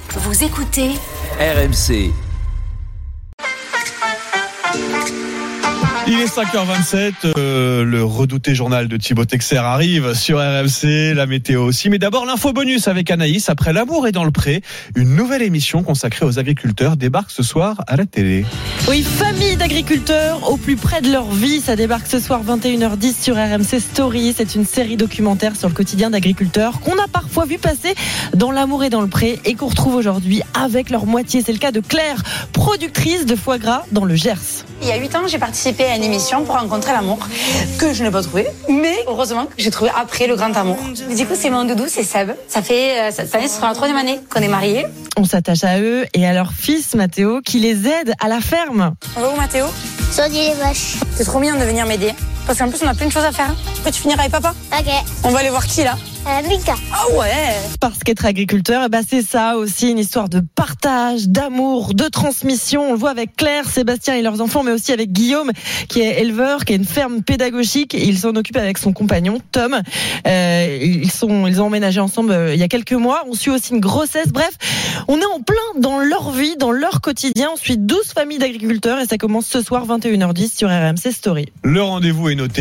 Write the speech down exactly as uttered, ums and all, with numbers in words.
Vous écoutez R M C. Il est cinq heures vingt-sept, euh, le redouté journal de Thibaut Texer arrive sur R M C, la météo aussi. Mais d'abord, l'info bonus avec Anaïs. Après L'amour est dans le pré, une nouvelle émission consacrée aux agriculteurs débarque ce soir à la télé. Oui, famille d'agriculteurs au plus près de leur vie. Ça débarque ce soir vingt et une heures dix sur R M C Story. C'est une série documentaire sur le quotidien d'agriculteurs qu'on a parfois vu passer dans L'amour est dans le pré et qu'on retrouve aujourd'hui avec leur moitié. C'est le cas de Claire, productrice de foie gras dans le Gers. Il y a huit ans, j'ai participé à une émission pour rencontrer l'amour, que je n'ai pas trouvé, mais heureusement que j'ai trouvé après le grand amour. Du coup, c'est mon doudou, c'est Seb. Ça fait, cette année, ce sera la troisième année qu'on est mariés. On s'attache à eux et à leur fils Mathéo qui les aide à la ferme. On va où, Mathéo? Soigner les vaches. C'est trop mignon de venir m'aider. Parce qu'en plus, on a plein de choses à faire. Après, tu finiras avec papa. Ok. On va aller voir qui, là? Euh, Mika. Ah ouais. Parce qu'être agriculteur, eh ben c'est ça aussi, une histoire de partage, d'amour, de transmission. On le voit avec Claire, Sébastien et leurs enfants, mais aussi avec Guillaume, qui est éleveur, qui a une ferme pédagogique. Il s'en occupe avec son compagnon, Tom. Euh, ils sont, ils ont emménagé ensemble euh, il y a quelques mois. On suit aussi une grossesse. Bref, on est en plein dans leur vie, dans leur quotidien. On suit douze familles d'agriculteurs et ça commence ce soir vingt et une heures dix sur R M C Story. Le rendez-vous est noté.